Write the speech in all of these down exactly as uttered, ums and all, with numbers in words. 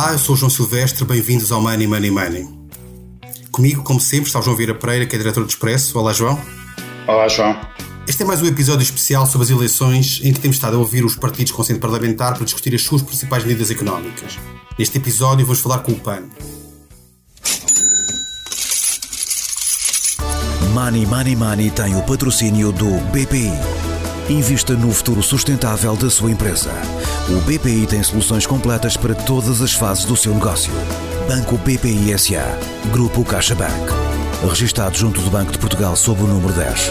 Olá, eu sou o João Silvestre, bem-vindos ao Money, Money, Money. Comigo, como sempre, está o João Vieira Pereira, que é diretor do Expresso. Olá, João. Olá, João. Este é mais um episódio especial sobre as eleições em que temos estado a ouvir os partidos com assento parlamentar para discutir as suas principais medidas económicas. Neste episódio vamos falar com o P A N. Money, Money, Money tem o patrocínio do B P I. Invista no futuro sustentável da sua empresa. O B P I tem soluções completas para todas as fases do seu negócio. Banco B P I S A. Grupo CaixaBank. Registado junto do Banco de Portugal sob o número dez.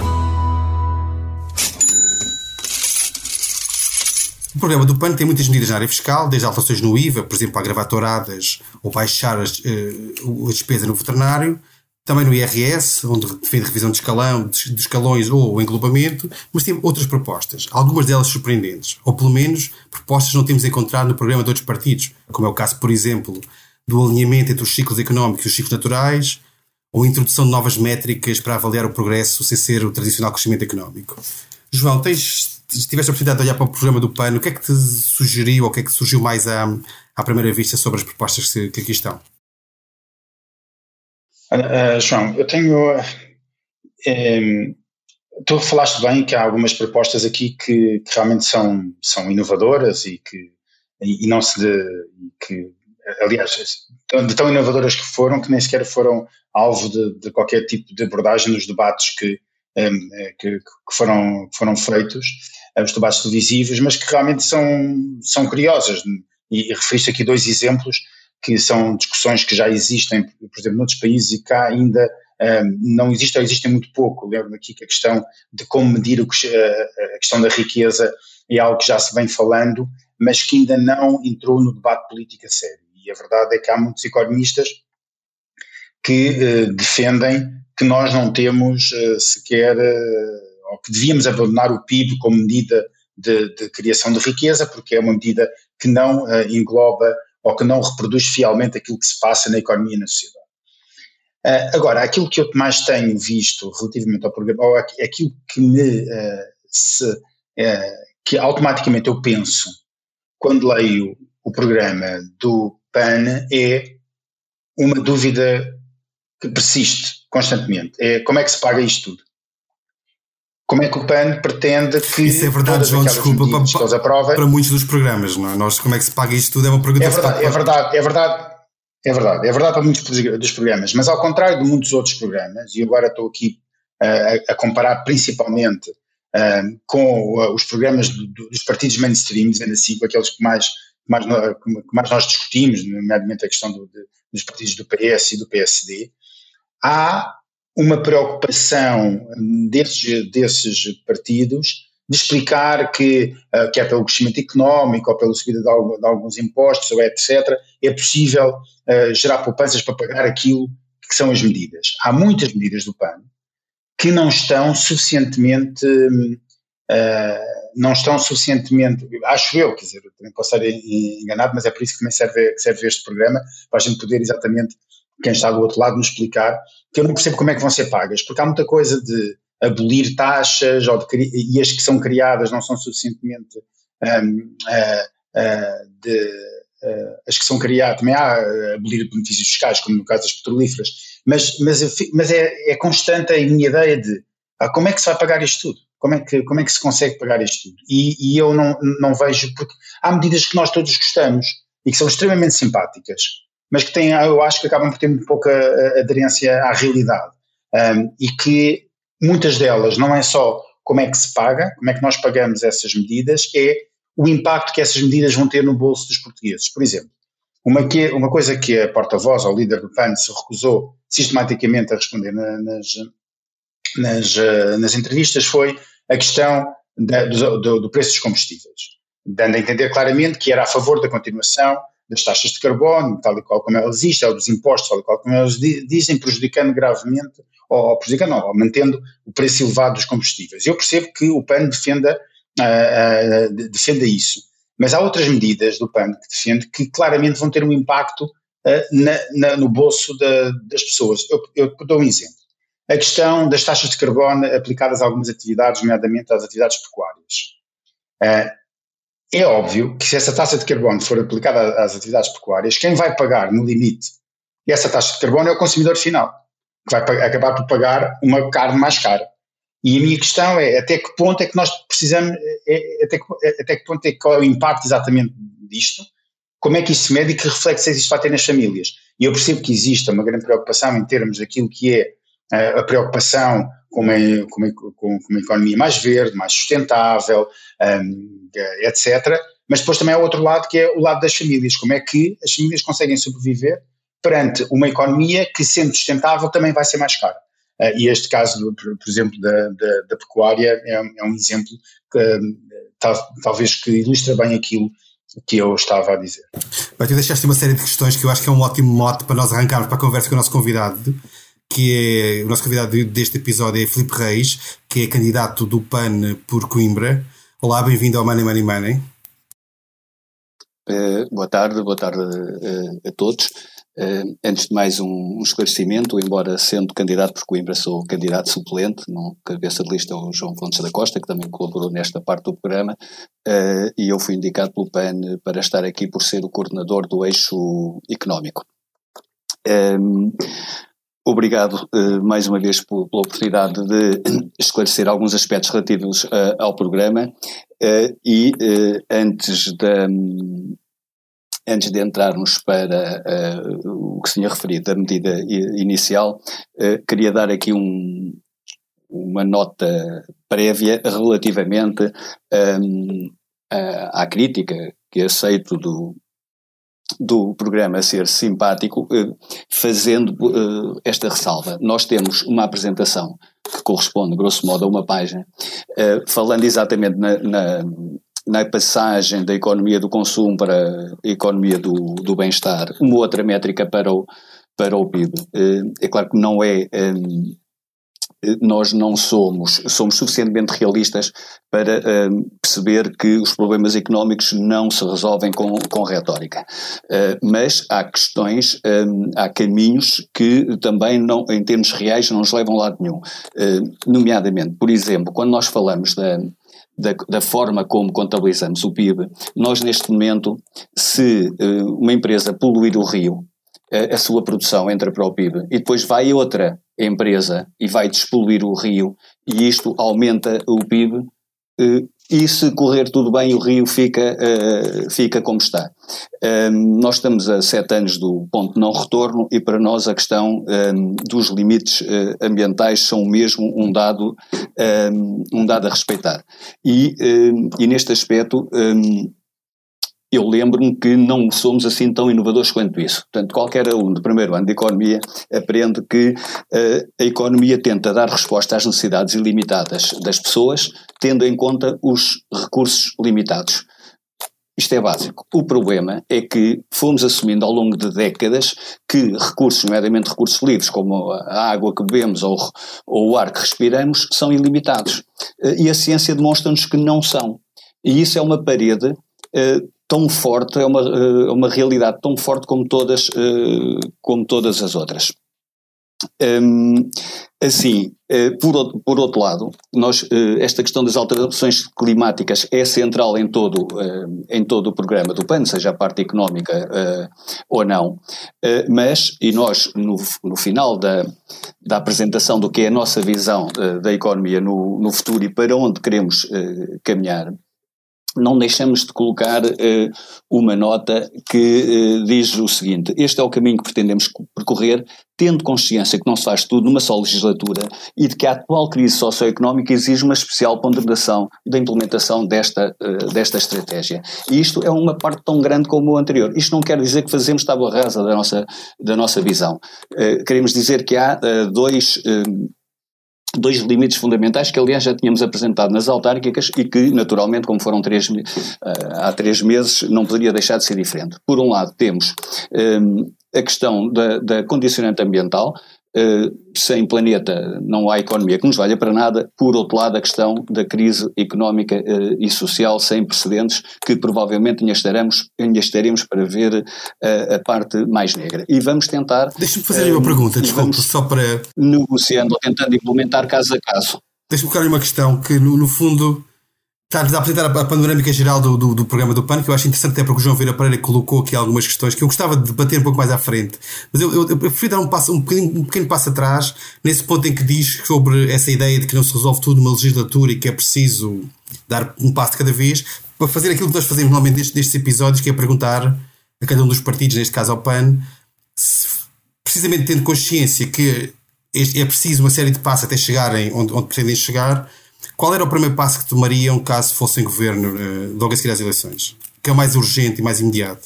O programa do P A N tem muitas medidas na área fiscal, desde alterações no I V A, por exemplo, agravar touradas ou baixar as, uh, a despesa no veterinário, também no I R S, onde defende revisão de escalão, de escalões ou o englobamento, mas tem outras propostas, algumas delas surpreendentes, ou pelo menos propostas não temos encontrado no programa de outros partidos, como é o caso, por exemplo, do alinhamento entre os ciclos económicos e os ciclos naturais, ou a introdução de novas métricas para avaliar o progresso sem ser o tradicional crescimento económico. João, tens, tiveste a oportunidade de olhar para o programa do P A N, o que é que te sugeriu, ou o que é que surgiu mais à, à primeira vista sobre as propostas que, que aqui estão? Uh, João, eu tenho. Um, tu falaste bem que há algumas propostas aqui que, que realmente são, são inovadoras e que e, e não se. De, que, aliás, de tão inovadoras que foram, que nem sequer foram alvo de, de qualquer tipo de abordagem nos debates que, um, que, que, foram, que foram feitos, os debates televisivos, mas que realmente são, são curiosas. E, e referiste aqui dois exemplos que são discussões que já existem, por exemplo, noutros países e cá ainda um, não existem ou existem muito pouco. Lembro-me aqui que a questão de como medir o que, a questão da riqueza é algo que já se vem falando, mas que ainda não entrou no debate político a sério. E a verdade é que há muitos economistas que uh, defendem que nós não temos uh, sequer, uh, ou que devíamos abandonar o P I B como medida de, de criação de riqueza, porque é uma medida que não uh, engloba ou que não reproduz fielmente aquilo que se passa na economia e na sociedade. Uh, agora, aquilo que eu mais tenho visto relativamente ao programa, ou aquilo que me, uh, se, uh, que automaticamente eu penso quando leio o programa do P A N é uma dúvida que persiste constantemente, é como é que se paga isto tudo? Como é que o P A N pretende que isso é verdade, João, desculpa, para, para, para muitos dos programas, não é? Nós, como é que se paga isto tudo é uma pergunta. É verdade, é verdade, é verdade, é verdade, é verdade para muitos dos programas, mas ao contrário de muitos outros programas, e agora estou aqui uh, a comparar principalmente uh, com uh, os programas do, do, dos partidos mainstream, dizendo assim, com aqueles que mais, que mais, que mais nós discutimos, nomeadamente a questão do, de, dos partidos do P S e do P S D, há uma preocupação desses, desses partidos de explicar que, uh, quer pelo crescimento económico ou pela subida de, algum, de alguns impostos, ou etcétera, é possível uh, gerar poupanças para pagar aquilo que são as medidas. Há muitas medidas do P A N que não estão suficientemente, uh, não estão suficientemente, acho eu, quer dizer, também posso estar enganado, mas é por isso que também serve, que serve este programa, para a gente poder exatamente, quem está do outro lado, nos explicar, que eu não percebo como é que vão ser pagas, porque há muita coisa de abolir taxas, ou de, e as que são criadas não são suficientemente, um, uh, uh, de, uh, as que são criadas, também há uh, abolir benefícios fiscais, como no caso das petrolíferas, mas, mas, mas é, é constante a minha ideia de ah, como é que se vai pagar isto tudo? Como é que, como é que se consegue pagar isto tudo? E, e eu não, não vejo, porque há medidas que nós todos gostamos e que são extremamente simpáticas, mas que têm, eu acho que acabam por ter muito pouca aderência à realidade, um, e que muitas delas não é só como é que se paga, como é que nós pagamos essas medidas, é o impacto que essas medidas vão ter no bolso dos portugueses. Por exemplo, uma, que, uma coisa que a porta-voz, ou líder do P A N, se recusou sistematicamente a responder na, nas, nas, nas entrevistas foi a questão da, do, do, do preço dos combustíveis, dando a entender claramente que era a favor da continuação das taxas de carbono, tal e qual como elas existem, ou dos impostos, tal e qual como elas dizem, prejudicando gravemente, ou, ou prejudicando, não, ou mantendo o preço elevado dos combustíveis. Eu percebo que o P A N defenda, uh, uh, defenda isso, mas há outras medidas do P A N que defende que claramente vão ter um impacto uh, na, na, no bolso da, das pessoas. Eu, eu dou um exemplo. A questão das taxas de carbono aplicadas a algumas atividades, nomeadamente às atividades pecuárias. Uh, é óbvio que se essa taxa de carbono for aplicada às atividades pecuárias, quem vai pagar no limite essa taxa de carbono é o consumidor final, que vai acabar por pagar uma carne mais cara. E a minha questão é até que ponto é que nós precisamos, é, até, que, até que ponto é que qual é o impacto exatamente disto, como é que isso se mede e que reflexões isso vai ter nas famílias. E eu percebo que existe uma grande preocupação em termos daquilo que é uh, a preocupação com uma, com, uma, com uma economia mais verde, mais sustentável, um, etcétera. Mas depois também há outro lado que é o lado das famílias, como é que as famílias conseguem sobreviver perante uma economia que, sendo sustentável, também vai ser mais cara. Uh, e este caso, do, por, por exemplo, da, da, da pecuária é, é um exemplo que uh, tal, talvez que ilustra bem aquilo que eu estava a dizer. Bem, tu deixaste uma série de questões que eu acho que é um ótimo mote para nós arrancarmos para a conversa com o nosso convidado, que é, o nosso convidado deste episódio é Filipe Reis, que é candidato do P A N por Coimbra. Olá, bem-vindo ao Money Money Money. Uh, boa tarde, boa tarde uh, a todos. Uh, antes de mais um, um esclarecimento, embora sendo candidato por Coimbra sou candidato suplente, não cabeça de lista é o João Fontes da Costa, que também colaborou nesta parte do programa, uh, e eu fui indicado pelo P A N para estar aqui por ser o coordenador do eixo económico. Um, obrigado uh, mais uma vez por, pela oportunidade de esclarecer alguns aspectos relativos uh, ao programa uh, e uh, antes da... Um, Antes de entrarmos para uh, o que se tinha referido da medida inicial, uh, queria dar aqui um, uma nota prévia relativamente um, à, à crítica que aceito do, do programa ser simpático, uh, fazendo uh, esta ressalva. Nós temos uma apresentação que corresponde, grosso modo, a uma página, uh, falando exatamente na... na na passagem da economia do consumo para a economia do, do bem-estar, uma outra métrica para o, para o P I B. É claro que não é, nós não somos, somos suficientemente realistas para perceber que os problemas económicos não se resolvem com, com retórica. Mas há questões, há caminhos que também, não, em termos reais, não nos levam a lado nenhum. Nomeadamente, por exemplo, quando nós falamos da Da, da forma como contabilizamos o P I B, nós neste momento, se uh, uma empresa poluir o rio, uh, a sua produção entra para o P I B e depois vai outra empresa e vai despoluir o rio e isto aumenta o P I B, uh, e se correr tudo bem o rio fica, uh, fica como está. Um, nós estamos a sete anos do ponto de não retorno e para nós a questão um, dos limites uh, ambientais são mesmo um dado, um, um dado a respeitar. E, um, e neste aspecto um, eu lembro-me que não somos assim tão inovadores quanto isso. Portanto, qualquer aluno de primeiro ano de Economia aprende que uh, a economia tenta dar resposta às necessidades ilimitadas das pessoas, tendo em conta os recursos limitados. Isto é básico. O problema é que fomos assumindo ao longo de décadas que recursos, nomeadamente recursos livres, como a água que bebemos ou, ou o ar que respiramos, são ilimitados. Uh, e a ciência demonstra-nos que não são. E isso é uma parede uh, tão forte, é uma, uh, uma realidade tão forte como todas, uh, como todas as outras. Um, assim, uh, por, por outro lado, nós, uh, esta questão das alterações climáticas é central em todo, uh, em todo o programa do P A N, seja a parte económica uh, ou não, uh, mas, e nós no, no final da, da apresentação do que é a nossa visão uh, da economia no, no futuro e para onde queremos uh, caminhar, não deixamos de colocar uh, uma nota que uh, diz o seguinte: este é o caminho que pretendemos percorrer, tendo consciência que não se faz tudo numa só legislatura e de que a atual crise socioeconómica exige uma especial ponderação da implementação desta, uh, desta estratégia. E isto é uma parte tão grande como o anterior. Isto não quer dizer que fazemos tábua rasa da nossa, da nossa visão. Uh, queremos dizer que há uh, dois... Uh, dois limites fundamentais que aliás já tínhamos apresentado nas autárquicas e que naturalmente, como foram três, uh, há três meses, não poderia deixar de ser diferente. Por um lado temos um, a questão da, da condicionante ambiental. Uh, sem planeta não há economia que nos valha para nada. Por outro lado, a questão da crise económica uh, e social sem precedentes, que provavelmente ainda estaremos, ainda estaremos para ver uh, a parte mais negra. E vamos tentar... Deixa-me fazer uh, uma pergunta, desculpe, só para... negociando ou tentando implementar caso a caso. Deixa-me colocar uma questão que, no, no fundo, Está-nos a apresentar a panorâmica geral do, do, do programa do P A N, que eu acho interessante até porque o João Vieira Pereira colocou aqui algumas questões que eu gostava de debater um pouco mais à frente. Mas eu, eu, eu prefiro dar um, passo, um, pequeno, um pequeno passo atrás, nesse ponto em que diz sobre essa ideia de que não se resolve tudo numa legislatura e que é preciso dar um passo de cada vez, para fazer aquilo que nós fazemos normalmente nestes, nestes episódios, que é perguntar a cada um dos partidos, neste caso ao P A N, se, precisamente tendo consciência que é preciso uma série de passos até chegarem onde, onde pretendem chegar, qual era o primeiro passo que tomariam caso fossem governo uh, logo a seguir às eleições? Que é o mais urgente e mais imediato?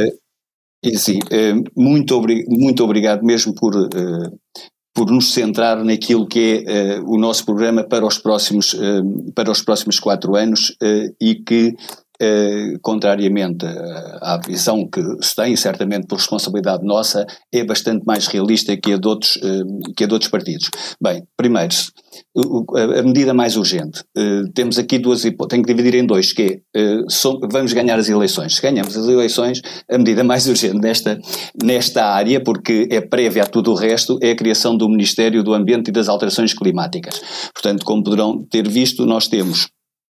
Uh, sim, uh, muito, obri- muito obrigado mesmo por, uh, por nos centrar naquilo que é uh, o nosso programa para os próximos, uh, para os próximos quatro anos uh, e que, Uh, contrariamente uh, à visão que se tem, certamente por responsabilidade nossa, é bastante mais realista que a de outros, uh, que a de outros partidos. Bem, primeiro, uh, a medida mais urgente. Uh, temos aqui duas hipóteses, tenho que dividir em dois, que é, uh, so, vamos ganhar as eleições. Se ganhamos as eleições, a medida mais urgente nesta, nesta área, porque é prévia a tudo o resto, é a criação do Ministério do Ambiente e das Alterações Climáticas. Portanto, como poderão ter visto, nós temos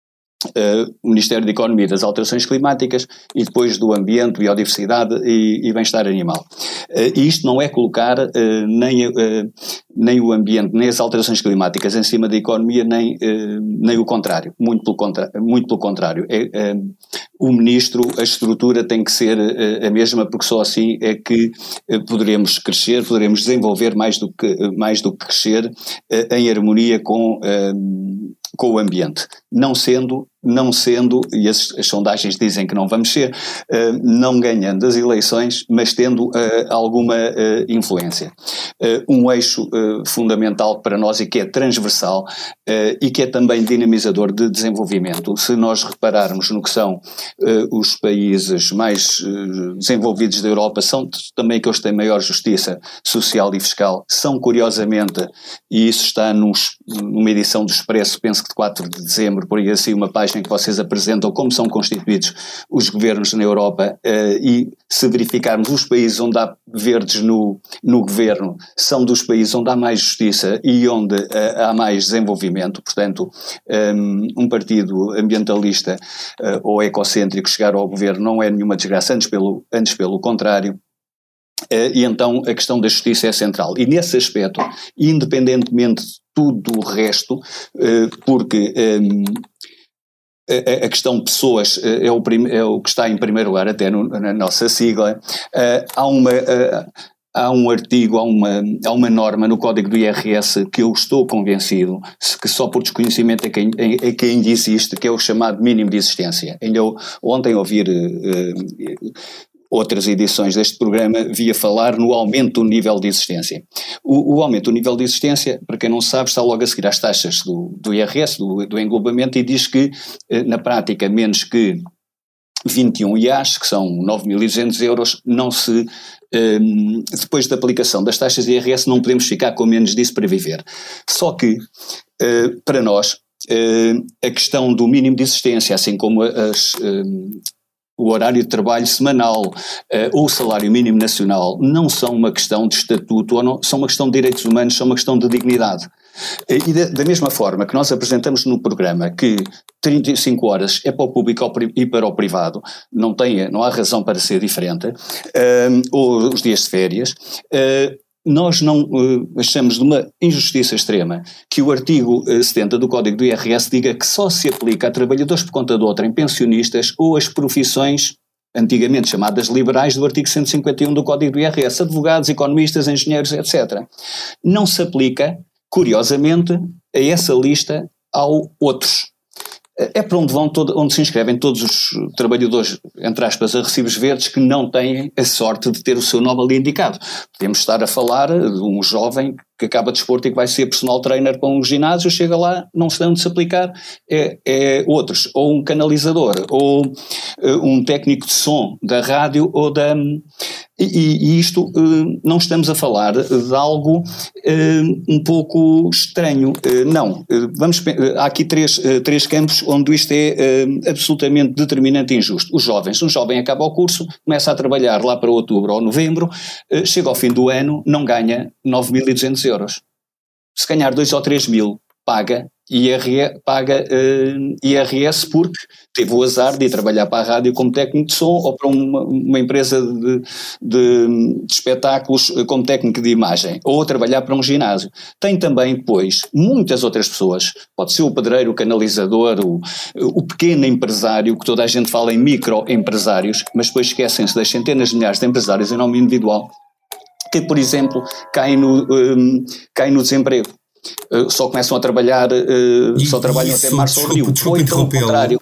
Uh, o Ministério da Economia e das Alterações Climáticas e depois do Ambiente, Biodiversidade e, e Bem-Estar Animal. Uh, e isto não é colocar uh, nem, uh, nem o ambiente, nem as alterações climáticas em cima da economia, nem, uh, nem o contrário. Muito pelo, contra- muito pelo contrário. É, uh, o Ministro, a estrutura tem que ser uh, a mesma, porque só assim é que uh, poderemos crescer, poderemos desenvolver mais do que, uh, mais do que crescer uh, em harmonia com uh, com o ambiente, não sendo, não sendo, e as, as sondagens dizem que não vamos ser, uh, não ganhando as eleições, mas tendo uh, alguma uh, influência. Uh, um eixo uh, fundamental para nós e que é transversal uh, e que é também dinamizador de desenvolvimento. Se nós repararmos no que são uh, os países mais uh, desenvolvidos da Europa, são também aqueles que têm maior justiça social e fiscal, são curiosamente, e isso está nos, numa edição do Expresso, penso de quatro de dezembro, por aí assim, uma página que vocês apresentam como são constituídos os governos na Europa, uh, e se verificarmos os países onde há verdes no, no governo, são dos países onde há mais justiça e onde uh, há mais desenvolvimento. Portanto, um, um partido ambientalista uh, ou ecocêntrico chegar ao governo não é nenhuma desgraça, antes pelo, antes pelo contrário. Uh, e então a questão da justiça é central. E nesse aspecto, independentemente de tudo o resto, uh, porque um, a, a questão de pessoas uh, é, o prim- é o que está em primeiro lugar até no, na nossa sigla, uh, há uma... Uh, Há um artigo, há uma, há uma norma no Código do I R S que eu estou convencido que só por desconhecimento é que, é que ainda existe, que é o chamado mínimo de existência. Ainda eu, ontem ouvir uh, outras edições deste programa, via falar no aumento do nível de existência. O, o aumento do nível de existência, para quem não sabe, está logo a seguir às taxas do, do I R S, do, do englobamento, e diz que, na prática, menos que vinte e um I A S, que são nove mil e duzentos euros, não se, um, depois da aplicação das taxas de I R S, não podemos ficar com menos disso para viver. Só que, uh, para nós, uh, a questão do mínimo de existência, assim como as... Um, o horário de trabalho semanal uh, ou o salário mínimo nacional não são uma questão de estatuto, ou não, são uma questão de direitos humanos, são uma questão de dignidade. E da, da mesma forma que nós apresentamos no programa que trinta e cinco horas é para o público e para o privado, não, tem, não há razão para ser diferente, uh, ou os dias de férias, uh, nós não uh, achamos de uma injustiça extrema que o artigo uh, setenta do Código do I R S diga que só se aplica a trabalhadores por conta de outrem, pensionistas ou as profissões antigamente chamadas liberais do artigo cento e cinquenta e um do Código do I R S, advogados, economistas, engenheiros, etcétera. Não se aplica, curiosamente, a essa lista ao outros. É para onde vão, todo, onde se inscrevem todos os trabalhadores, entre aspas, a recibos verdes que não têm a sorte de ter o seu nome ali indicado. Podemos estar a falar de um jovem que acaba de desporto e que vai ser personal trainer para um ginásio, chega lá, não sei onde se aplicar, é, é outros, ou um canalizador, ou uh, um técnico de som da rádio ou da... E, e isto, uh, não estamos a falar de algo uh, um pouco estranho, uh, não, uh, vamos, uh, há aqui três, uh, três campos onde isto é uh, absolutamente determinante e injusto. Os jovens, um jovem acaba o curso, começa a trabalhar lá para outubro ou novembro, uh, chega ao fim do ano, não ganha nove mil e duzentos euros. Se ganhar dois ou três mil, paga I R S, paga uh, I R S porque teve o azar de ir trabalhar para a rádio como técnico de som ou para uma, uma empresa de, de, de espetáculos como técnico de imagem, ou trabalhar para um ginásio. Tem também, depois, muitas outras pessoas, pode ser o pedreiro, o canalizador, o, o pequeno empresário, que toda a gente fala em microempresários, mas depois esquecem-se das centenas de milhares de empresários em nome individual, que, por exemplo, caem no, um, caem no desemprego. Uh, só começam a trabalhar, uh, e, só trabalham isso, até março ou abril. Desculpa, ou então ao contrário.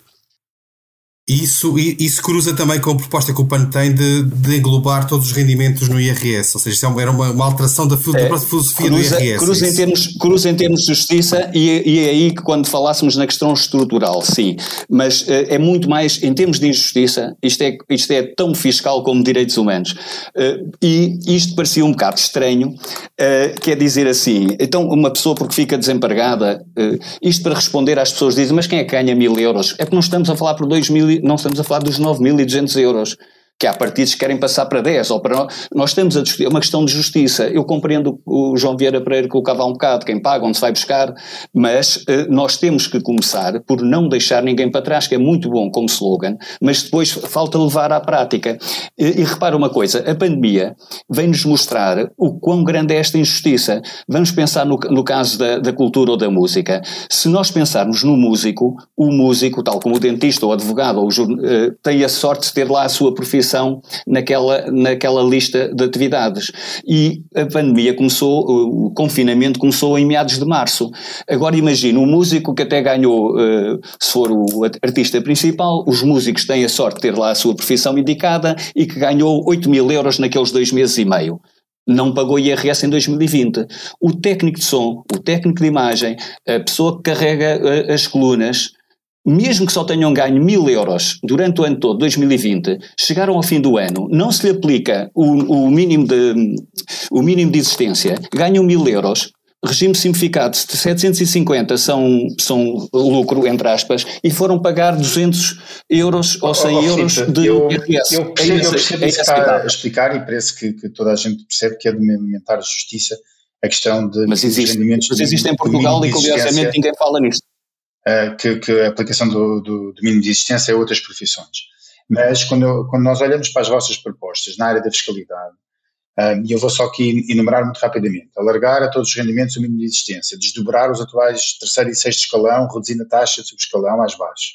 Isso, isso cruza também com a proposta que o P A N tem de, de englobar todos os rendimentos no I R S, ou seja, isso era uma, uma alteração da, fil- é, da filosofia cruza, do I R S. Cruza, em termos, cruza em termos de justiça e, e é aí que quando falássemos na questão estrutural, sim, mas uh, é muito mais, em termos de injustiça, isto é, isto é tão fiscal como direitos humanos, uh, e isto parecia um bocado estranho, uh, quer dizer assim, então uma pessoa porque fica desempregada, uh, isto para responder às pessoas dizem, mas quem é que ganha mil euros? É porque não estamos a falar por dois mil, não estamos a falar dos nove mil e duzentos euros, que há partidos que querem passar para dez, ou para nós, nós estamos a discutir, é uma questão de justiça. Eu compreendo o João Vieira Pereira colocava há um bocado, quem paga, onde se vai buscar, mas eh, nós temos que começar por não deixar ninguém para trás, que é muito bom como slogan, mas depois falta levar à prática. E, e repara uma coisa, a pandemia vem-nos mostrar o quão grande é esta injustiça. Vamos pensar no, no caso da, da cultura ou da música. Se nós pensarmos no músico, o músico, tal como o dentista ou o advogado, ou o jorn... eh, tem a sorte de ter lá a sua profissão naquela, naquela lista de atividades. E a pandemia começou, o confinamento começou em meados de março. Agora imagina, um músico que até ganhou, se for o artista principal, os músicos têm a sorte de ter lá a sua profissão indicada e que ganhou oito mil euros naqueles dois meses e meio. Não pagou I R S em dois mil e vinte. O técnico de som, o técnico de imagem, a pessoa que carrega as colunas, mesmo que só tenham ganho mil euros durante o ano todo, dois mil e vinte, chegaram ao fim do ano, não se lhe aplica o, o, mínimo, de, o mínimo de existência, ganham mil euros, regime simplificado de setecentos e cinquenta são, são lucro, entre aspas, e foram pagar duzentos euros ou cem oh, euros Fita, de eu, I R S. Eu percebo, é eu percebo é isso que está a explicar e parece que, que toda a gente percebe que é de alimentar a justiça a questão de mas existe, rendimentos. Mas existe em Portugal e curiosamente ninguém fala nisto. Uh, que, que a aplicação do, do, do mínimo de existência a outras profissões. Mas quando, eu, quando nós olhamos para as vossas propostas na área da fiscalidade, uh, e eu vou só aqui enumerar muito rapidamente, alargar a todos os rendimentos o mínimo de existência, desdobrar os atuais terceiro e sexto escalão, reduzindo a taxa de subescalão às baixas,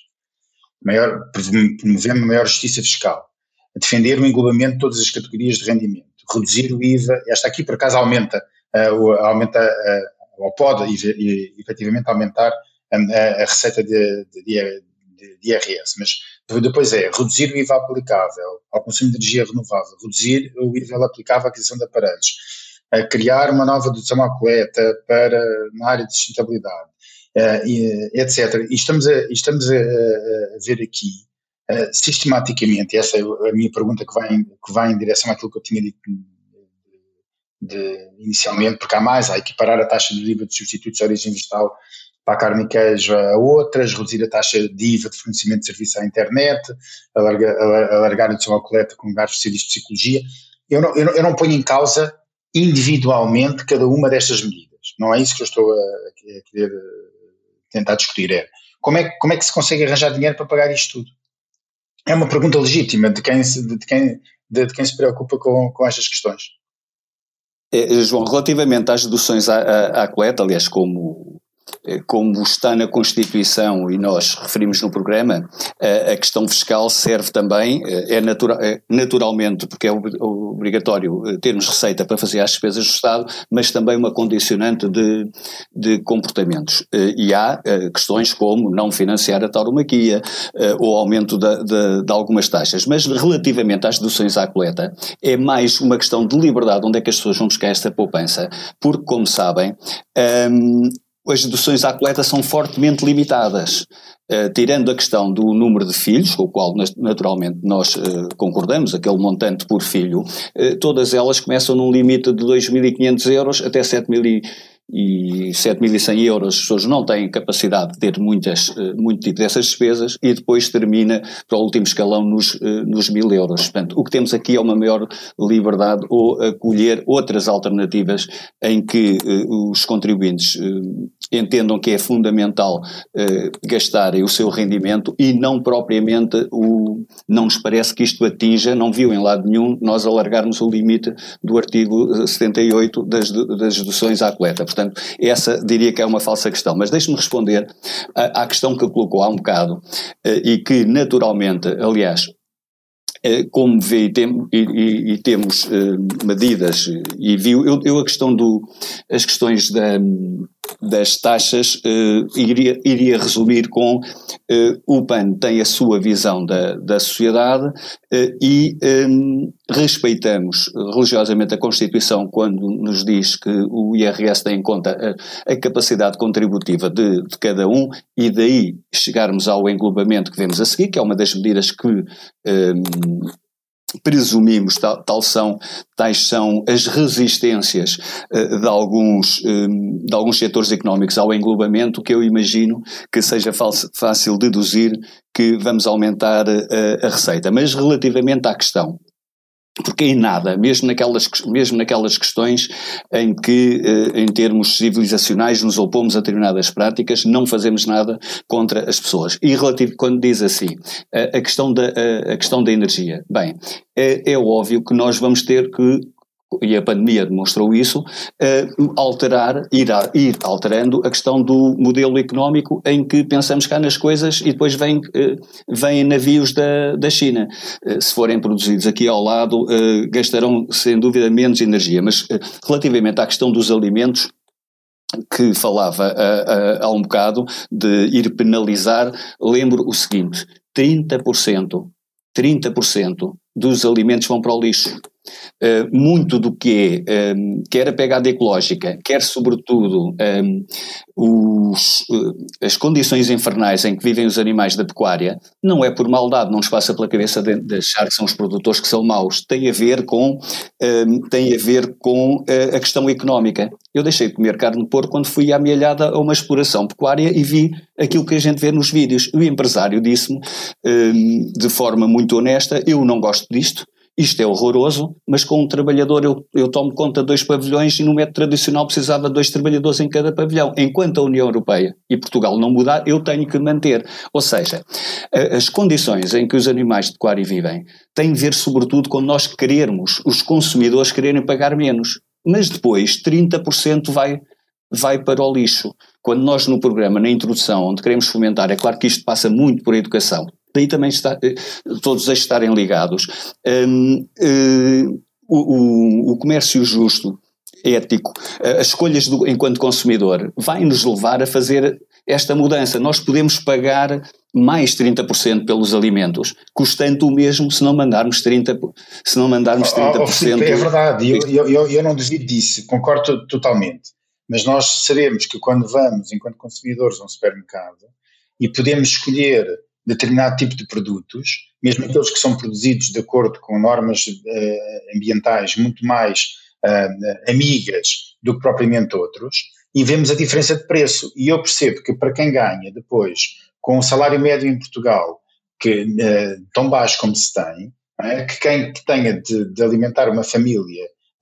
maior, promovendo uma maior justiça fiscal, defender o englobamento de todas as categorias de rendimento, reduzir o I V A, esta aqui por acaso aumenta, uh, aumenta uh, ou pode e, efetivamente aumentar A, a receita de, de, de, de I R S, mas depois é reduzir o I V A aplicável ao consumo de energia renovável, reduzir o I V A aplicável à aquisição de aparelhos, a criar uma nova dedução à coleta para, na área de sustentabilidade, uh, e, etcétera. E estamos a, estamos a, a ver aqui uh, sistematicamente, e essa é a minha pergunta que vai, que vai em direção àquilo que eu tinha dito de, de, inicialmente, porque há mais, há equiparar a taxa de I V A de substitutos de origem vegetal para a carne e queijo a outras, reduzir a taxa de I V A de fornecimento de serviço à internet, alargar, alargar a dedução à coleta com gastos de psicologia. Eu não, eu, não, eu não ponho em causa individualmente cada uma destas medidas. Não é isso que eu estou a, a querer tentar discutir. É como, é como é que se consegue arranjar dinheiro para pagar isto tudo? É uma pergunta legítima de quem se, de quem, de, de quem se preocupa com, com estas questões. É, João, relativamente às deduções à, à, à coleta, aliás, como... como está na Constituição e nós referimos no programa, a questão fiscal serve também, é, natura, é naturalmente, porque é obrigatório termos receita para fazer as despesas do Estado, mas também uma condicionante de, de comportamentos. E há questões como não financiar a tauromaquia ou aumento de, de, de algumas taxas. Mas relativamente às deduções à coleta, é mais uma questão de liberdade onde é que as pessoas vão buscar esta poupança, porque, como sabem, hum, as deduções à coleta são fortemente limitadas, uh, tirando a questão do número de filhos, com o qual naturalmente nós uh, concordamos, aquele montante por filho, uh, todas elas começam num limite de dois mil e quinhentos euros até sete mil e sete mil e cem euros, as pessoas não têm capacidade de ter muitas, muito tipo dessas despesas, e depois termina para o último escalão nos, nos mil euros. Portanto, o que temos aqui é uma maior liberdade ou acolher outras alternativas em que uh, os contribuintes uh, entendam que é fundamental uh, gastarem o seu rendimento e não propriamente o... não nos parece que isto atinja, não viu em lado nenhum nós alargarmos o limite do artigo setenta e oito das, das deduções à coleta. Portanto, essa diria que é uma falsa questão. Mas deixe-me responder à, à questão que colocou há um bocado uh, e que naturalmente, aliás, como vê e, tem, e, e temos uh, medidas e viu, eu, eu a questão do, as questões da, das taxas uh, iria, iria resumir com uh, o P A N tem a sua visão da, da sociedade uh, e um, respeitamos religiosamente a Constituição quando nos diz que o I R S tem em conta a, a capacidade contributiva de, de cada um, e daí chegarmos ao englobamento que vemos a seguir, que é uma das medidas que um, presumimos, tal, tal são, tais são as resistências uh, de, alguns, um, de alguns setores económicos ao englobamento, que eu imagino que seja fácil deduzir que vamos aumentar uh, a receita. Mas relativamente à questão, porque em nada, mesmo naquelas, mesmo naquelas questões em que, em termos civilizacionais, nos opomos a determinadas práticas, não fazemos nada contra as pessoas. E relativo, quando diz assim, a, a, questão, da, a, a questão da energia, bem, é, é óbvio que nós vamos ter que, e a pandemia demonstrou isso, uh, alterar, ir, a, ir alterando a questão do modelo económico em que pensamos cá nas coisas e depois vêm, uh, vêm navios da, da China. Uh, se forem produzidos aqui ao lado, uh, gastarão sem dúvida menos energia. Mas uh, relativamente à questão dos alimentos, que falava uh, uh, há um bocado de ir penalizar, lembro o seguinte, trinta por cento, trinta por cento dos alimentos vão para o lixo. Uh, muito do que é, um, quer a pegada ecológica, quer sobretudo um, os, uh, as condições infernais em que vivem os animais da pecuária, não é por maldade, não nos passa pela cabeça de, de achar que são os produtores que são maus, tem a ver com, um, tem a, ver com uh, a questão económica. Eu deixei de comer carne de porco quando fui amealhada a uma exploração pecuária e vi aquilo que a gente vê nos vídeos. O empresário disse-me um, de forma muito honesta, eu não gosto disto, isto é horroroso, mas com um trabalhador eu, eu tomo conta de dois pavilhões e no método tradicional precisava de dois trabalhadores em cada pavilhão. Enquanto a União Europeia e Portugal não mudar, eu tenho que manter. Ou seja, as condições em que os animais de pecuária vivem têm a ver sobretudo com nós querermos, os consumidores quererem pagar menos. Mas depois trinta por cento vai, vai para o lixo. Quando nós no programa, na introdução, onde queremos fomentar, é claro que isto passa muito por educação, daí também está, todos a estarem ligados. Um, um, o, o comércio justo, ético, as escolhas do, enquanto consumidor, vai nos levar a fazer esta mudança. Nós podemos pagar mais trinta por cento pelos alimentos, custando o mesmo se não mandarmos trinta por cento. Se não mandarmos trinta por cento. Oh, oh, é verdade, eu, eu, eu não duvido disso, concordo totalmente. Mas nós sabemos que quando vamos, enquanto consumidores, a um supermercado e podemos escolher determinado tipo de produtos, mesmo aqueles que são produzidos de acordo com normas uh, ambientais muito mais uh, amigas do que propriamente outros, e vemos a diferença de preço. E eu percebo que para quem ganha depois, com o salário médio em Portugal, que uh, tão baixo como se tem, é? que quem que tenha de, de alimentar uma família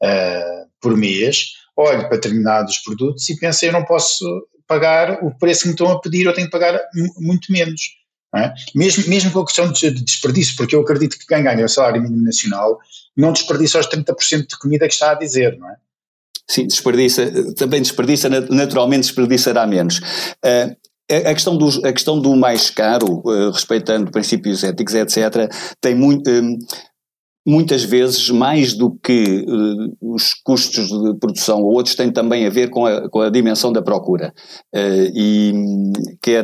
uh, por mês, olhe para determinados produtos e pensa, eu não posso pagar o preço que me estão a pedir, eu tenho que pagar m- muito menos. É? Mesmo, mesmo com a questão de, de desperdício, porque eu acredito que quem ganha o salário mínimo nacional não desperdiça os trinta por cento de comida que está a dizer, não é? Sim, desperdiça, também desperdiça, naturalmente desperdiçará menos. Uh, a, questão do, a questão do mais caro, uh, respeitando princípios éticos, etcétera, tem muito... Um, muitas vezes, mais do que uh, os custos de produção ou outros, tem também a ver com a, com a dimensão da procura. Uh, e quer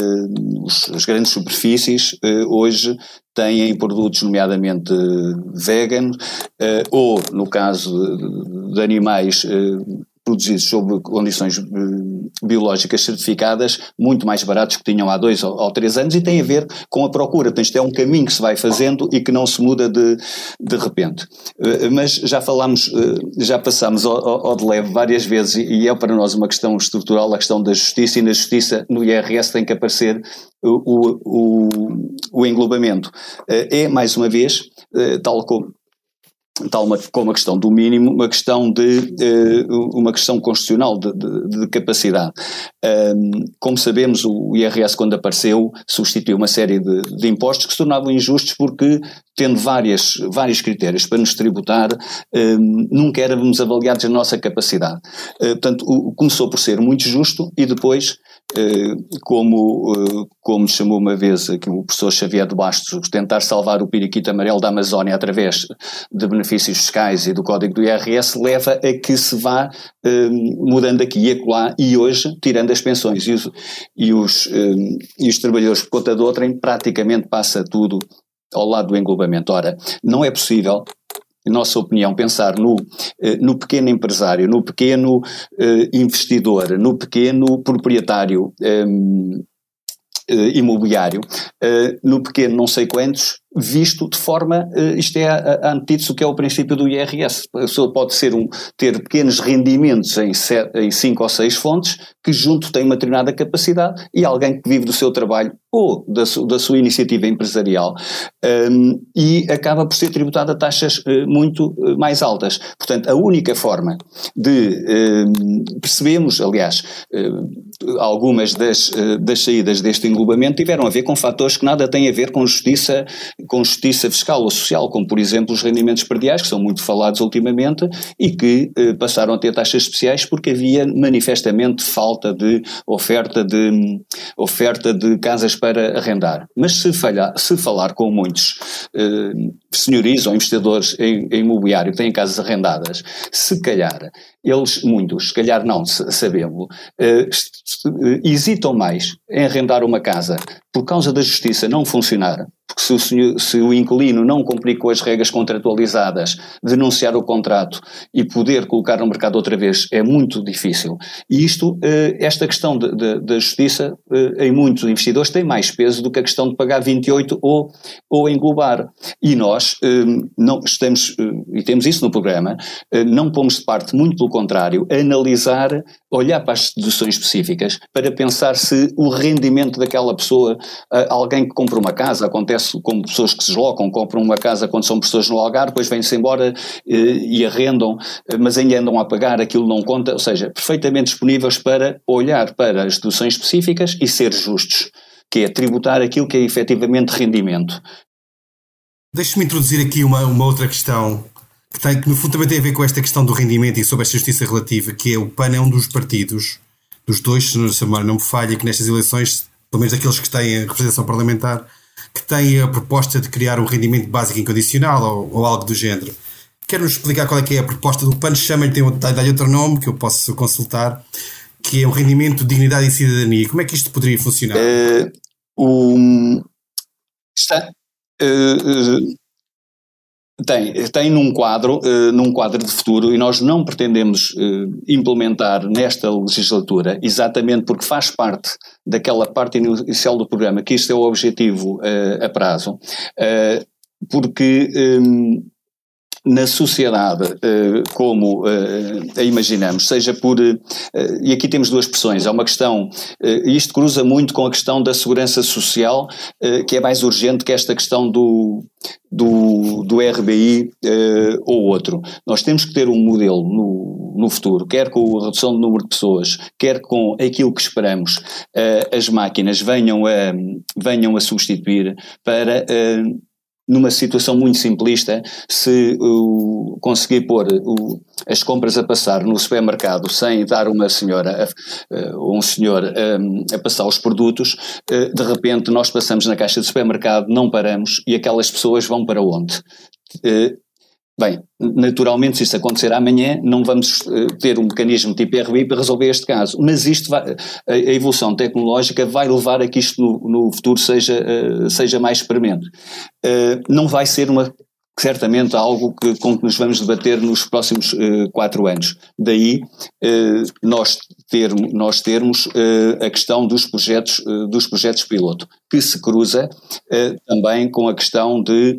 uh, os, as grandes superfícies uh, hoje têm produtos nomeadamente uh, vegan, uh, ou no caso de, de animais uh, produzidos sob condições uh, biológicas certificadas muito mais baratos que tinham há dois ou, ou três anos, e tem a ver com a procura. Portanto, isto é um caminho que se vai fazendo e que não se muda de, de repente. Uh, mas já falámos, uh, já passámos ao, ao, ao de leve várias vezes, e, e é para nós uma questão estrutural, a questão da justiça, e na justiça, no I R S, tem que aparecer o, o, o, o englobamento. Uh, é, mais uma vez, uh, tal como tal uma, como a questão do mínimo, uma questão de uh, uma questão constitucional de, de, de capacidade. Um, como sabemos, o I R S, quando apareceu, substituiu uma série de, de impostos que se tornavam injustos, porque, tendo várias, vários critérios para nos tributar, um, nunca éramos avaliados a nossa capacidade. Uh, portanto, o, começou por ser muito justo, e depois, uh, como, uh, como chamou uma vez aqui o professor Xavier de Bastos, tentar salvar o periquito amarelo da Amazónia através de benefícios fiscais e do código do I R S, leva a que se vá um, mudando aqui e acolá, e hoje, tirando as pensões e os, e os, um, e os trabalhadores por conta de outrem, praticamente passa tudo ao lado do englobamento. Ora, não é possível, em nossa opinião, pensar no, no pequeno empresário, no pequeno uh, investidor, no pequeno proprietário um, uh, imobiliário, uh, no pequeno não sei quantos, visto de forma, uh, isto é a, a antítese do que é o princípio do I R S. A pessoa pode ser um, ter pequenos rendimentos em, sete, em cinco ou seis fontes, que junto tem uma determinada capacidade, e alguém que vive do seu trabalho ou da, su, da sua iniciativa empresarial, um, e acaba por ser tributado a taxas uh, muito uh, mais altas. Portanto, a única forma de um, percebemos, aliás, uh, algumas das, uh, das saídas deste englobamento tiveram a ver com fatores que nada têm a ver com justiça, com justiça fiscal ou social, como por exemplo os rendimentos perdiais, que são muito falados ultimamente, e que eh, passaram a ter taxas especiais porque havia manifestamente falta de oferta de, oferta de casas para arrendar. Mas se, falhar, se falar com muitos eh, senhorios ou investidores em, em imobiliário que têm casas arrendadas, se calhar eles, muitos, se calhar não, sabemos, eh, hesitam mais em arrendar uma casa por causa da justiça não funcionar, porque se o, senhor, se o inquilino não cumprir com as regras contratualizadas, denunciar o contrato e poder colocar no mercado outra vez é muito difícil. E isto, esta questão da justiça em muitos investidores tem mais peso do que a questão de pagar vinte e oito ou, ou englobar. E nós não estamos, e temos isso no programa, não pomos de parte, muito pelo contrário, analisar, olhar para as deduções específicas para pensar se o rendimento daquela pessoa, alguém que compra uma casa, acontece como pessoas que se deslocam, compram uma casa quando são pessoas no Algarve, depois vêm-se embora e, e arrendam, mas ainda andam a pagar, aquilo não conta, ou seja, perfeitamente disponíveis para olhar para as deduções específicas e ser justos, que é tributar aquilo que é efetivamente rendimento. Deixe-me introduzir aqui uma, uma outra questão que, tem, que no fundo também tem a ver com esta questão do rendimento e sobre esta justiça relativa, que é o P A N é um dos partidos, dos dois, se a memória não me falha, que nestas eleições, pelo menos aqueles que têm a representação parlamentar, que têm a proposta de criar um rendimento básico incondicional ou, ou algo do género. Quer-nos explicar qual é que é a proposta do P A N? Chama-lhe, tem dá-lhe outro nome que eu posso consultar, que é o rendimento de dignidade e cidadania. Como é que isto poderia funcionar? Uh, um, está, uh, uh, Tem, tem num quadro, uh, num quadro de futuro, e nós não pretendemos uh, implementar nesta legislatura, exatamente porque faz parte daquela parte inicial do programa, que isto é o objetivo uh, a prazo, uh, porque um, na sociedade, uh, como uh, a imaginamos, seja por, uh, e aqui temos duas pressões, há uma questão, uh, isto cruza muito com a questão da segurança social, uh, que é mais urgente que esta questão do Do, do R B I uh, ou outro. Nós temos que ter um modelo no, no futuro, quer com a redução do número de pessoas, quer com aquilo que esperamos uh, as máquinas venham a, venham a substituir, para, uh, numa situação muito simplista, se uh, conseguir pôr uh, as compras a passar no supermercado sem dar uma senhora uh, ou um senhor um, a passar os produtos, uh, de repente nós passamos na caixa de supermercado, não paramos, e aquelas pessoas vão para onde? Uh, bem, naturalmente, se isso acontecer amanhã, não vamos uh, ter um mecanismo tipo R B I para resolver este caso, mas isto vai, a, a evolução tecnológica vai levar a que isto no, no futuro seja, uh, seja mais experimente. Uh, não vai ser uma certamente algo que, com que nos vamos debater nos próximos uh, quatro anos. Daí uh, nós, ter, nós termos uh, a questão dos projetos, uh, dos projetos piloto, que se cruza uh, também com a questão de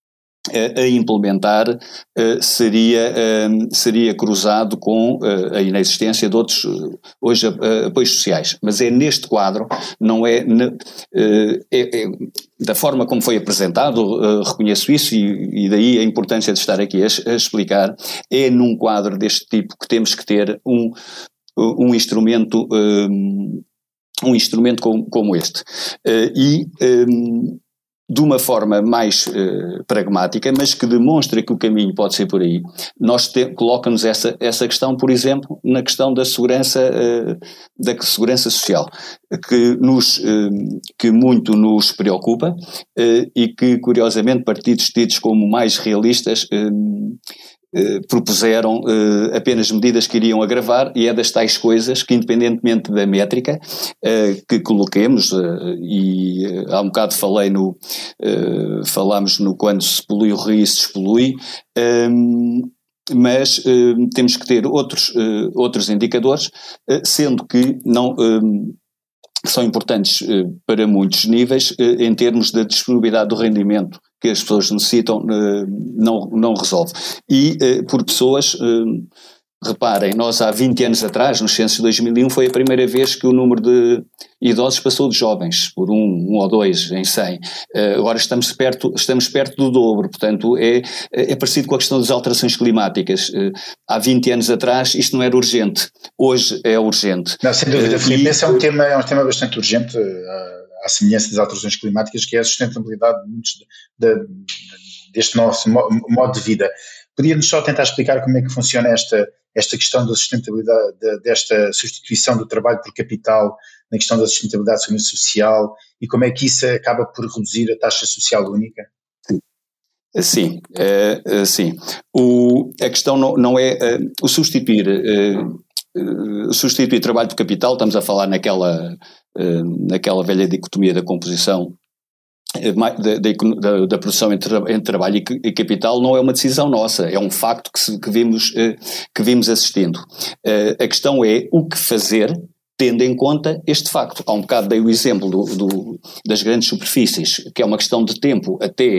a implementar uh, seria, uh, seria cruzado com uh, a inexistência de outros, uh, hoje, uh, apoios sociais. Mas é neste quadro, não é, uh, é, é da forma como foi apresentado, uh, reconheço isso e, e daí a importância de estar aqui a, a explicar, é num quadro deste tipo que temos que ter um, um instrumento, um, um instrumento como, como este. Uh, e um, de uma forma mais uh, pragmática, mas que demonstra que o caminho pode ser por aí. Nós te, coloca-nos essa, essa questão, por exemplo, na questão da segurança, uh, da segurança social, que, nos, uh, que muito nos preocupa uh, e que, curiosamente, partidos tidos como mais realistas uh, Uh, propuseram uh, apenas medidas que iriam agravar, e é das tais coisas que, independentemente da métrica uh, que coloquemos, uh, e uh, há um bocado falei no, uh, falámos no quando se polui o rio e se despolui, um, mas uh, temos que ter outros, uh, outros indicadores, uh, sendo que não... Um, são importantes uh, para muitos níveis, uh, em termos da disponibilidade do rendimento que as pessoas necessitam, uh, não, não resolve. E uh, por pessoas, uh, reparem, nós há vinte anos atrás, no censo de dois mil e um, foi a primeira vez que o número de idosos passou de jovens, por um, um ou dois em cem. Uh, agora estamos perto, estamos perto do dobro, portanto é, é parecido com a questão das alterações climáticas. Uh, há vinte anos atrás isto não era urgente, hoje é urgente. Não, sem dúvida, uh, Filipe, e, esse é um, tema, é um tema bastante urgente, uh, à semelhança das alterações climáticas, que é a sustentabilidade de muitos de, de, deste nosso modo de vida. Podia-nos só tentar explicar como é que funciona esta, esta questão da sustentabilidade, de, desta substituição do trabalho por capital, na questão da sustentabilidade da segurança social, e como é que isso acaba por reduzir a taxa social única? Sim, uh, uh, sim. O, a questão não, não é uh, o substituir, uh, uh, substituir trabalho por capital, estamos a falar naquela, uh, naquela velha dicotomia da composição Da, da, da produção entre, entre trabalho e, e capital, não é uma decisão nossa, é um facto que, se, que, vimos, que vimos assistindo. A questão é o que fazer tendo em conta este facto. Há um bocado dei o exemplo do, do, das grandes superfícies, que é uma questão de tempo até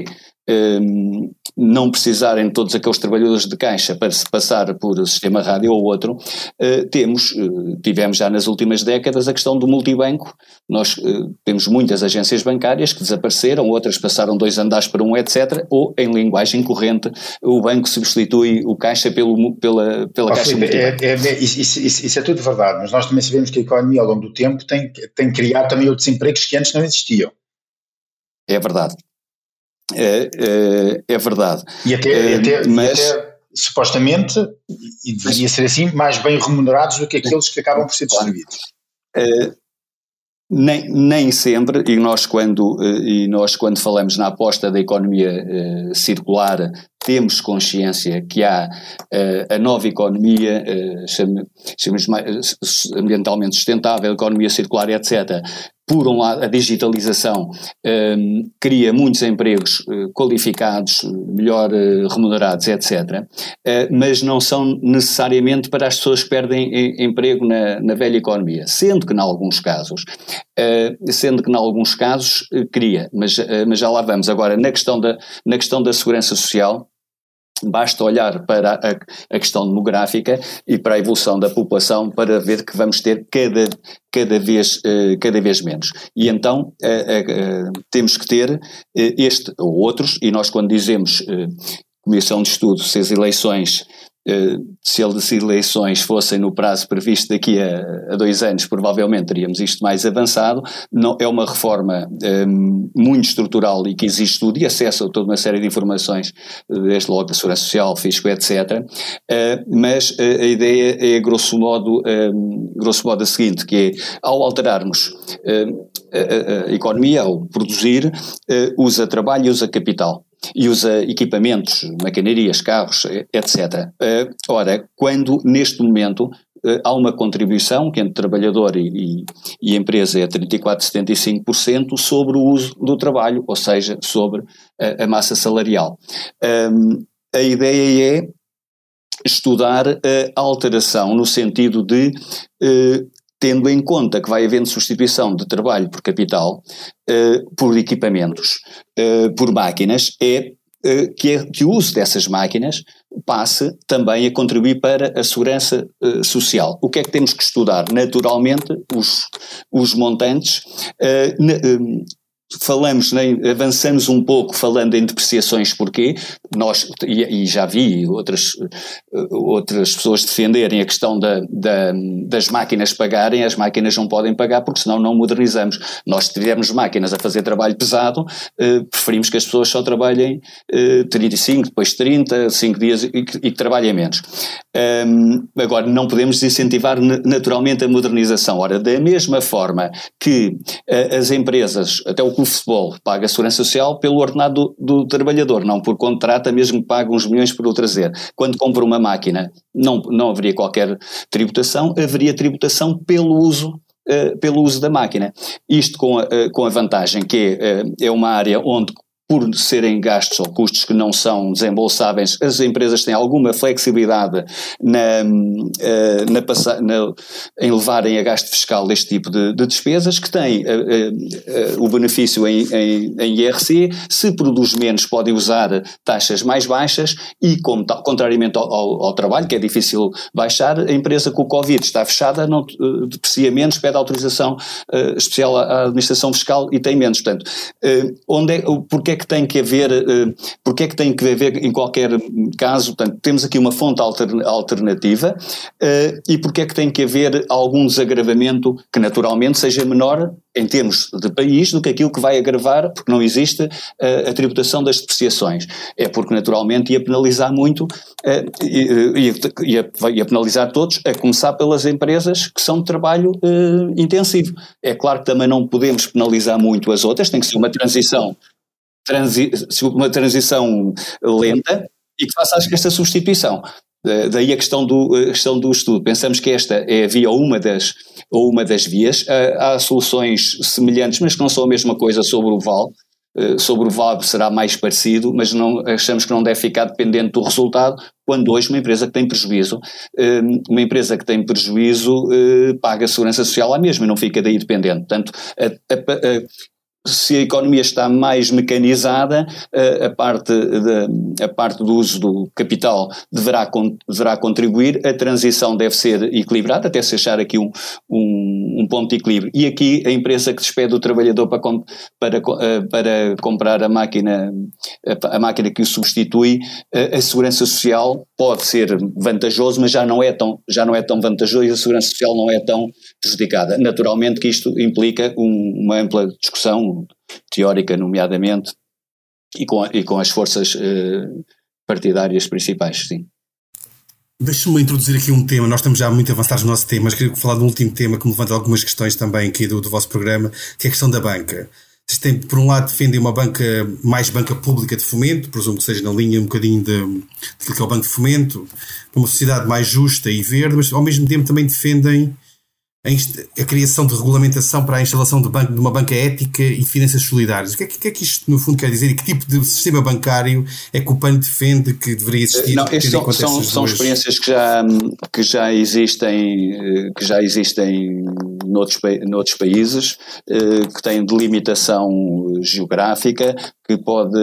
um, não precisarem todos aqueles trabalhadores de caixa para se passar por sistema rádio ou outro. Uh, temos, uh, tivemos já nas últimas décadas a questão do multibanco. Nós uh, temos muitas agências bancárias que desapareceram, outras passaram dois andares para um, etcétera. Ou, em linguagem corrente, o banco substitui o caixa pelo, pela, pela oh, caixa Filipe, multibanco. É, é, isso, isso, isso é tudo verdade, mas nós também sabemos que a economia ao longo do tempo tem, tem criado também outros empregos que antes não existiam. É verdade. É, é, é verdade. E até, é, até, mas, e até supostamente, e deveria mas, ser assim, mais bem remunerados do que aqueles que acabam por ser distribuídos. É, nem, nem sempre, e nós, quando, e nós quando falamos na aposta da economia uh, circular, temos consciência que há uh, a nova economia, uh, chamamos mais, ambientalmente sustentável, economia circular, etcétera. Por um lado, a digitalização um, cria muitos empregos uh, qualificados, melhor uh, remunerados, etcétera. Uh, mas não são necessariamente para as pessoas que perdem em, emprego na, na velha economia, sendo que, em alguns casos, uh, sendo que, em alguns casos, uh, cria. Mas, uh, mas já lá vamos. Agora, na questão da, na questão da segurança social, basta olhar para a, a questão demográfica e para a evolução da população para ver que vamos ter cada, cada, vez, uh, cada vez menos. E então uh, uh, uh, temos que ter uh, este ou outros, e nós quando dizemos uh, comissão de estudo, se as eleições Uh, se as eleições fossem no prazo previsto daqui a, a dois anos, provavelmente teríamos isto mais avançado. Não, é uma reforma um, muito estrutural e que exige estudo e acesso a toda uma série de informações, desde logo da segurança social, fisco, etcétera. Uh, mas uh, a ideia é, grosso modo, um, grosso modo a seguinte, que é, ao alterarmos uh, a, a, a economia, ao produzir, uh, usa trabalho e usa capital. e usa equipamentos, maquinarias, carros, etcétera. Ora, quando neste momento há uma contribuição que entre trabalhador e, e, e empresa é trinta e quatro vírgula setenta e cinco por cento sobre o uso do trabalho, ou seja, sobre a, a massa salarial. Um, a ideia é estudar a alteração no sentido de, uh, tendo em conta que vai havendo substituição de trabalho por capital, uh, por equipamentos, uh, por máquinas, é Que, é, que o uso dessas máquinas passe também a contribuir para a segurança uh, social. O que é que temos que estudar? Naturalmente, os, os montantes. Uh, ne, uh, falamos, né, avançamos um pouco falando em depreciações, porquê? Nós, e, e já vi outras, outras pessoas defenderem a questão da, da, das máquinas pagarem, as máquinas não podem pagar porque senão não modernizamos. Nós, se tivermos máquinas a fazer trabalho pesado, eh, preferimos que as pessoas só trabalhem eh, trinta e cinco, depois trinta, cinco dias e que, e que trabalhem menos. Um, agora, não podemos desincentivar naturalmente a modernização. Ora, da mesma forma que uh, as empresas, até o clube de futebol, paga a segurança social pelo ordenado do, do trabalhador, não por contrato, mesmo que pague uns milhões por o trazer. Quando compra uma máquina, não, não haveria qualquer tributação, haveria tributação pelo uso, uh, pelo uso da máquina. Isto com a, uh, com a vantagem que é, uh, é uma área onde, por serem gastos ou custos que não são desembolsáveis, as empresas têm alguma flexibilidade na, na, na, em levarem a gasto fiscal deste tipo de, de despesas, que têm uh, uh, uh, o benefício em, em, em I R C, se produz menos podem usar taxas mais baixas e, como, contrariamente ao, ao, ao trabalho, que é difícil baixar, a empresa com o Covid está fechada, não uh, deprecia menos, pede autorização uh, especial à, à administração fiscal e tem menos. Portanto, uh, onde é, porque é que tem que haver, uh, porque é que tem que haver em qualquer caso, portanto, temos aqui uma fonte alter, alternativa uh, e porque é que tem que haver algum desagravamento que naturalmente seja menor em termos de país do que aquilo que vai agravar, porque não existe uh, a tributação das depreciações. É porque naturalmente ia penalizar muito, uh, ia, ia, ia penalizar todos, a começar pelas empresas que são de trabalho uh, intensivo. É claro que também não podemos penalizar muito as outras, tem que ser uma transição Transi- uma transição lenta e que faça esta substituição. Uh, daí a questão do, a questão do estudo. Pensamos que esta é a via ou uma das, ou uma das vias. Uh, há soluções semelhantes, mas que não são a mesma coisa sobre o V A L. Uh, sobre o V A B será mais parecido, mas não, achamos que não deve ficar dependente do resultado, quando hoje uma empresa que tem prejuízo, uh, uma empresa que tem prejuízo uh, paga a segurança social à mesma e não fica daí dependente. Portanto, a, a, a, se a economia está mais mecanizada, a parte, de, a parte do uso do capital deverá, deverá contribuir, a transição deve ser equilibrada, até se achar aqui um, um, um ponto de equilíbrio. E aqui a empresa que despede o trabalhador para, para, para comprar a máquina, a máquina que o substitui, a, a segurança social pode ser vantajoso, mas já não é tão, já não é tão vantajoso e a segurança social não é tão prejudicada. Naturalmente que isto implica um, uma ampla discussão teórica, nomeadamente, e com, e com as forças eh, partidárias principais, sim. Deixa-me introduzir aqui um tema, nós estamos já muito avançados no nosso tema, mas queria falar de um último tema que me levanta algumas questões também aqui do, do vosso programa, que é a questão da banca. Vocês têm, por um lado, defendem uma banca, mais banca pública de fomento, presumo que seja na linha um bocadinho de, de que é o Banco de Fomento, para uma sociedade mais justa e verde, mas ao mesmo tempo também defendem a, a criação de regulamentação para a instalação de, banco, de uma banca ética e de finanças solidárias. O que é, que é que isto, no fundo, quer dizer? E que tipo de sistema bancário é que o P A N defende que deveria existir? Não, estes são, são, são experiências que já, que já existem, que já existem noutros, noutros países, que têm delimitação geográfica, que pode...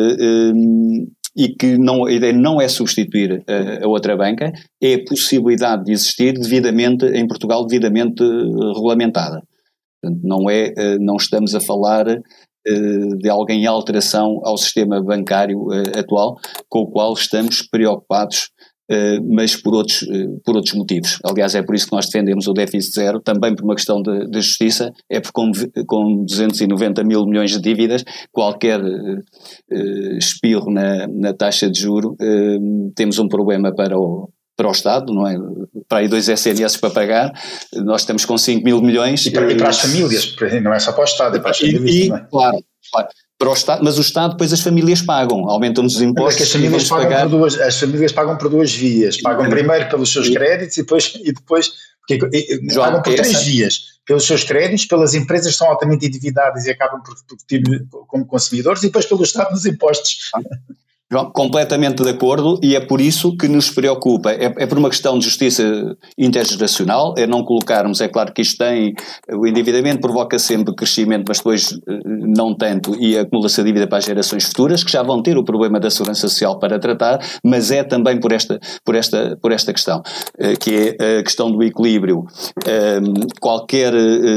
e que não, a ideia não é substituir a, a outra banca, é a possibilidade de existir devidamente, em Portugal, devidamente uh, regulamentada. Portanto, não é, uh, não estamos a falar uh, de alguém em alteração ao sistema bancário uh, atual, com o qual estamos preocupados, uh, mas por outros, uh, por outros motivos. Aliás, é por isso que nós defendemos o déficit zero, também por uma questão de, de justiça, é porque com, com duzentos e noventa mil milhões de dívidas, qualquer uh, uh, espirro na, na taxa de juro, uh, temos um problema para o, para o Estado, não é? Para aí dois S N S para pagar, nós estamos com cinco mil milhões. E para, e para as famílias, não é só para o Estado, é para as famílias e, também. Claro, claro. para o Estado, mas o Estado depois as famílias pagam, aumentam-nos os impostos. É que as famílias, pagam pagar... por duas, as famílias pagam por duas vias, pagam primeiro pelos seus créditos e depois, e depois porque, e, João, pagam por essa... três vias, pelos seus créditos, pelas empresas que são altamente endividadas e acabam por ter como consumidores, e depois pelo Estado nos impostos. João, completamente de acordo, e é por isso que nos preocupa, é, é por uma questão de justiça intergeracional, é não colocarmos, é claro que isto tem, o endividamento provoca sempre crescimento, mas depois não tanto, e acumula-se a dívida para as gerações futuras, que já vão ter o problema da segurança social para tratar, mas é também por esta, por esta, por esta questão, que é a questão do equilíbrio. Qualquer...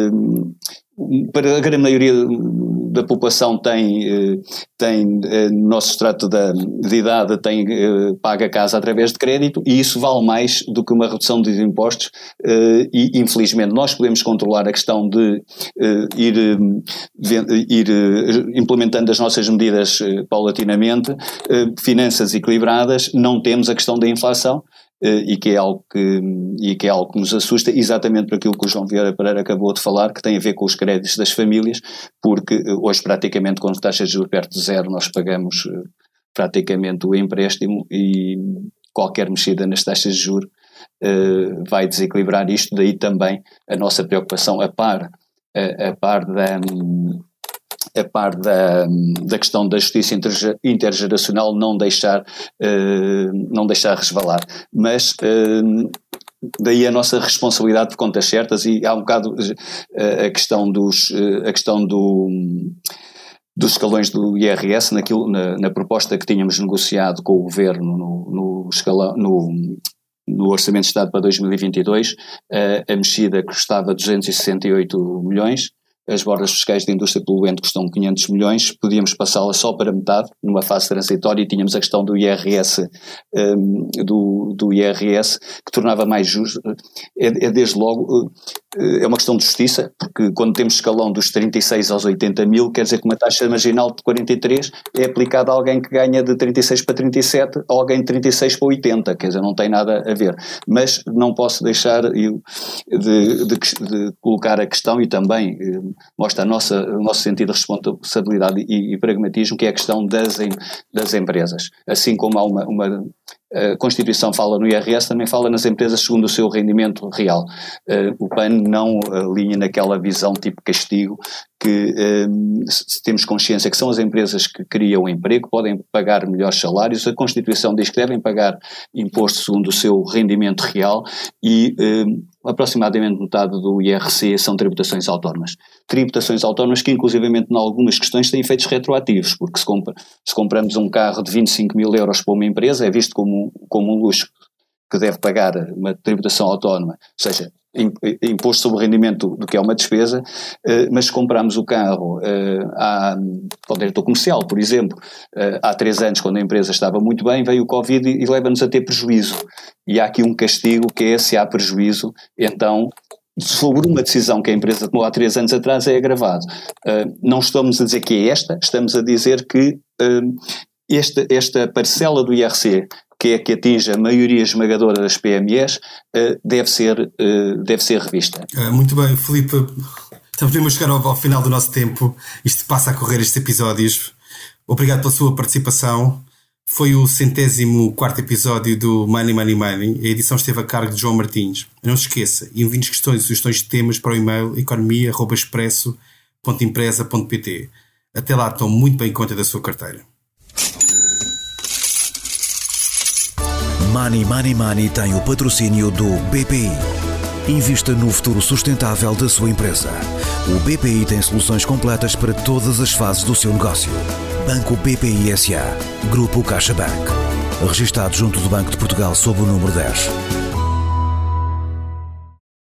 Para a grande maioria da população tem, tem no nosso extrato de idade, tem, paga a casa através de crédito, e isso vale mais do que uma redução dos impostos, e infelizmente nós podemos controlar a questão de ir, ir implementando as nossas medidas paulatinamente, finanças equilibradas, não temos a questão da inflação, e que é algo que, e que é algo que nos assusta, exatamente por aquilo que o João Vieira Pereira acabou de falar, que tem a ver com os créditos das famílias, porque hoje praticamente com taxas de juros perto de zero nós pagamos praticamente o empréstimo, e qualquer mexida nas taxas de juros uh, vai desequilibrar isto, daí também a nossa preocupação a par, a, a par da... a par da, da questão da justiça intergeracional não deixar, uh, não deixar resvalar. Mas uh, daí a nossa responsabilidade de contas certas, e há um bocado uh, a questão dos, uh, a questão do, dos escalões do I R S, naquilo, na, na proposta que tínhamos negociado com o Governo no, no, escalão, no, no Orçamento de Estado para dois mil e vinte e dois, uh, a mexida custava duzentos e sessenta e oito milhões, as bordas fiscais da indústria poluente custam quinhentos milhões, podíamos passá-la só para metade, numa fase transitória, e tínhamos a questão do I R S, um, do, do I R S, que tornava mais justo. É, é desde logo, é uma questão de justiça, porque quando temos escalão dos trinta e seis aos oitenta mil, quer dizer que uma taxa marginal de quarenta e três é aplicada a alguém que ganha de trinta e seis para trinta e sete, a alguém de trinta e seis para oitenta, quer dizer, não tem nada a ver. Mas não posso deixar de, de, de colocar a questão, e também mostra a nossa, o nosso sentido de responsabilidade e, e pragmatismo, que é a questão das, das empresas. Assim como há uma, uma a Constituição fala no I R S, também fala nas empresas segundo o seu rendimento real. Uh, o P A N não alinha naquela visão tipo castigo, que um, se temos consciência que são as empresas que criam emprego, podem pagar melhores salários, a Constituição diz que devem pagar imposto segundo o seu rendimento real, e um, aproximadamente metade do I R C são tributações autónomas. Tributações autónomas que inclusivamente em algumas questões têm efeitos retroativos, porque se, compra, se compramos um carro de vinte e cinco mil euros para uma empresa, é visto como, como um luxo que deve pagar uma tributação autónoma, ou seja, imposto sobre o rendimento do que é uma despesa, mas se compramos o carro à, ao diretor comercial, por exemplo, há três anos, quando a empresa estava muito bem, veio o Covid e leva-nos a ter prejuízo. E há aqui um castigo, que é, se há prejuízo, então sobre uma decisão que a empresa tomou há três anos atrás é agravado. Não estamos a dizer que é esta, estamos a dizer que esta, esta parcela do I R C, que é que atinge a maioria esmagadora das P M Es, deve ser, deve ser revista. Muito bem, Filipe, estamos mesmo a chegar ao, ao final do nosso tempo. Isto passa a correr estes episódios. Obrigado pela sua participação. Foi o centésimo quarto episódio do Money, Money, Money. A edição esteve a cargo de João Martins. Não se esqueça, envie-nos questões e sugestões de temas para o e-mail economia arroba expresso ponto empresa ponto pt. Até lá, tome muito bem conta da sua carteira. Money, Money, Money tem o patrocínio do B P I. Invista no futuro sustentável da sua empresa. O B P I tem soluções completas para todas as fases do seu negócio. Banco B P I S A. Grupo CaixaBank. Registado junto do Banco de Portugal sob o número dez.